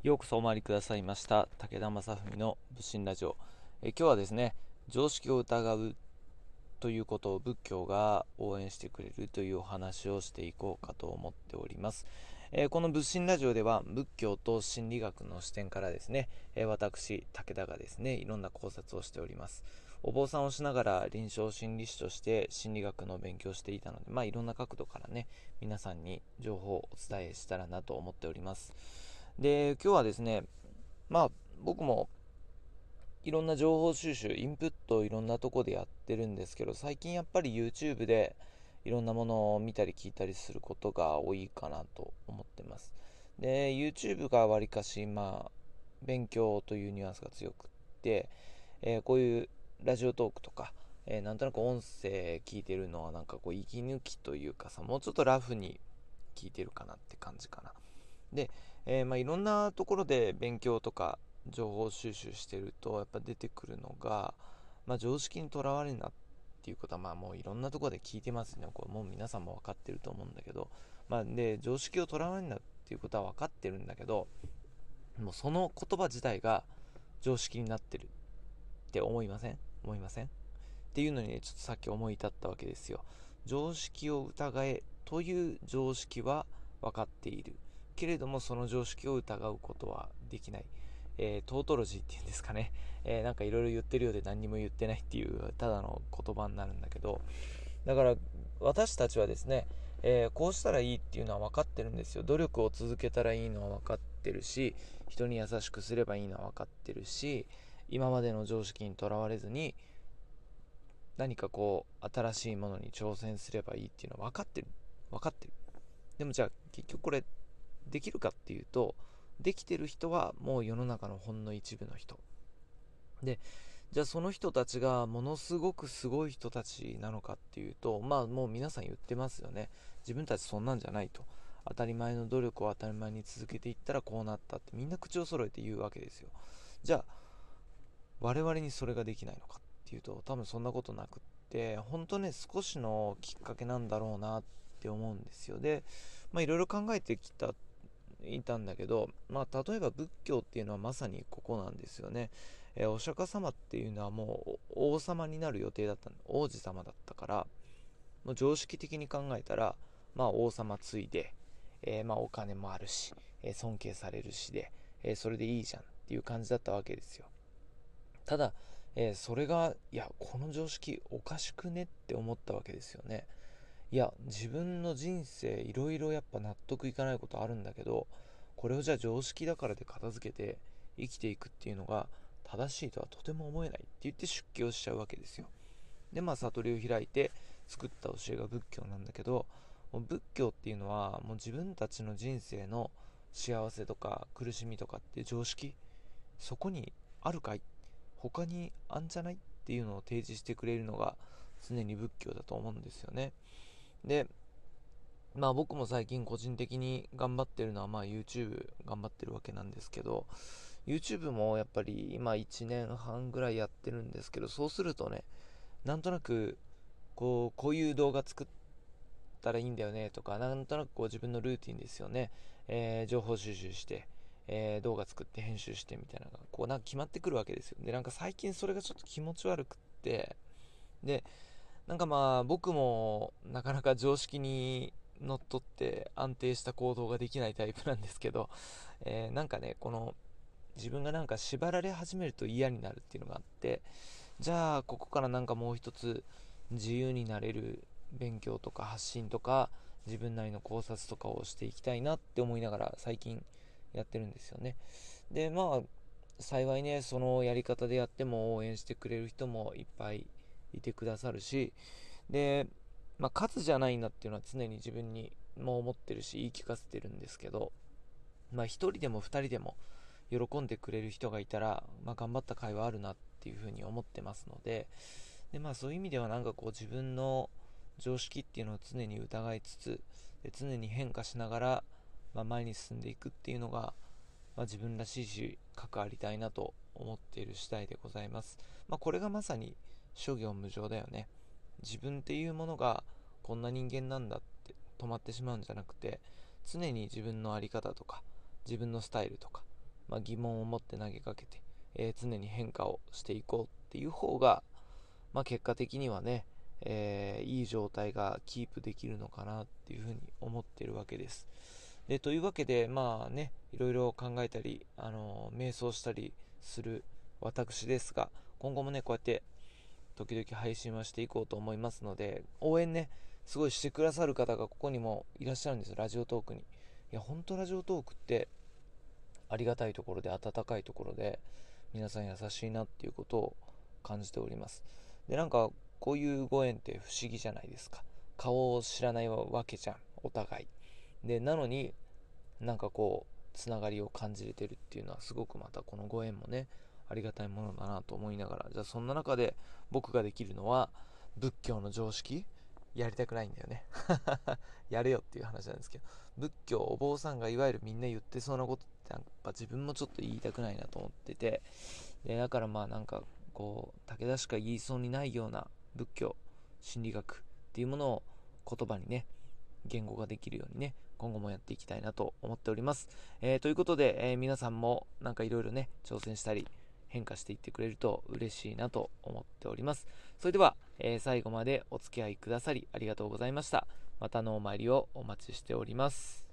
ようこそお参りくださいました武田正文の仏心ラジオ。今日はですね、常識を疑うということを仏教が応援してくれるというお話をしていこうかと思っております。この仏心ラジオでは仏教と心理学の視点からですね、私武田がですね、いろんな考察をしております。お坊さんをしながら臨床心理士として心理学の勉強をしていたので、いろんな角度からね、皆さんに情報をお伝えしたらなと思っております。で、今日はですね、まあ僕もいろんな情報収集、インプットをいろんなとこでやってるんですけど、最近やっぱり YouTube でいろんなものを見たり聞いたりすることが多いかなと思ってます。で、YouTube がわりかし、勉強というニュアンスが強くって、こういうラジオトークとか、なんとなく音声聞いてるのはなんかこう息抜きというかさ、もうちょっとラフに聞いてるかなって感じかな。で、いろんなところで勉強とか情報収集してるとやっぱ出てくるのが、常識にとらわれるなっていうことはもういろんなところで聞いてますね。これもう皆さんも分かってると思うんだけど、で常識をとらわれるなっていうことは分かってるんだけど、もうその言葉自体が常識になってるって思いませんっていうのにね、ちょっとさっき思い至ったわけですよ。常識を疑えという常識は分かっているけれども、その常識を疑うことはできない、トートロジーっていうんですかね、なんかいろいろ言ってるようで何にも言ってないっていうただの言葉になるんだけど、だから私たちはですね、こうしたらいいっていうのは分かってるんですよ。努力を続けたらいいのは分かってるし、人に優しくすればいいのは分かってるし、今までの常識にとらわれずに何かこう新しいものに挑戦すればいいっていうのは分かってる。でもじゃあ結局これできるかっていうと、できてる人はもう世の中のほんの一部の人で、じゃあその人たちがものすごくすごい人たちなのかっていうと、もう皆さん言ってますよね。自分たちそんなんじゃないと。当たり前の努力を当たり前に続けていったらこうなったってみんな口を揃えて言うわけですよ。じゃあ我々にそれができないのかっていうと、多分そんなことなくって、本当ね、少しのきっかけなんだろうなって思うんですよ。で、いろいろ考えていたんだけど、例えば仏教っていうのはまさにここなんですよね。お釈迦様っていうのはもう王様になる予定だった王子様だったから、もう常識的に考えたら、王様ついで、お金もあるし、尊敬されるしで、それでいいじゃんっていう感じだったわけですよ。ただ、それが、いや、この常識おかしくねって思ったわけですよね。いや、自分の人生いろいろやっぱ納得いかないことあるんだけど、これをじゃあ常識だからで片付けて生きていくっていうのが正しいとはとても思えないって言って出家をしちゃうわけですよ。で、悟りを開いて作った教えが仏教なんだけど、もう仏教っていうのはもう自分たちの人生の幸せとか苦しみとかっていう常識、そこにあるかい、他にあんじゃないっていうのを提示してくれるのが常に仏教だと思うんですよね。で、僕も最近個人的に頑張ってるのはYouTube 頑張ってるわけなんですけど、 YouTube もやっぱり今1年半ぐらいやってるんですけど、そうするとね、なんとなくこういう動画作ったらいいんだよねとか、なんとなく自分のルーティンですよね、情報収集して、動画作って編集してみたいなのがなんか決まってくるわけですよ。で、なんか最近それがちょっと気持ち悪くって、で、なんか僕もなかなか常識にのっとって安定した行動ができないタイプなんですけど、なんかね、この自分がなんか縛られ始めると嫌になるっていうのがあって、じゃあここからなんかもう一つ自由になれる勉強とか発信とか自分なりの考察とかをしていきたいなって思いながら最近やってるんですよね。で、幸いね、そのやり方でやっても応援してくれる人もいっぱいいてくださるし、で、勝つじゃないなっていうのは常に自分にも思ってるし言い聞かせてるんですけど、一人でも二人でも喜んでくれる人がいたら、頑張った甲斐はあるなっていうふうに思ってますので、そういう意味ではなんか自分の常識っていうのを常に疑いつつ、で常に変化しながら、前に進んでいくっていうのが、自分らしいし関わりたいなと思っている次第でございます。これがまさに諸行無常だよね。自分っていうものがこんな人間なんだって止まってしまうんじゃなくて、常に自分の在り方とか自分のスタイルとか疑問を持って投げかけて、常に変化をしていこうっていう方が、結果的にはね、いい状態がキープできるのかなっていうふうに思っているわけです。で、というわけで、いろいろ考えたり、瞑想したりする私ですが、今後もね、こうやって時々配信はしていこうと思いますので、応援ね、すごいしてくださる方がここにもいらっしゃるんですよ、ラジオトークに。いや、本当ラジオトークってありがたいところで、温かいところで、皆さん優しいなっていうことを感じております。で、こういうご縁って不思議じゃないですか。顔を知らないわけじゃん、お互い。で、なのにつながりを感じれてるっていうのは、すごくまたこのご縁もね、ありがたいものだなと思いながら、じゃあそんな中で僕ができるのは、仏教の常識やりたくないんだよね。やれよっていう話なんですけど、仏教、お坊さんがいわゆるみんな言ってそうなことってやっぱ自分もちょっと言いたくないなと思ってて、でだから武田しか言いそうにないような仏教心理学っていうものを言葉にね、言語ができるようにね、今後もやっていきたいなと思っております。ということで、皆さんもいろいろね、挑戦したり変化していってくれると嬉しいなと思っております。それでは、最後までお付き合いくださりありがとうございました。またのお参りをお待ちしております。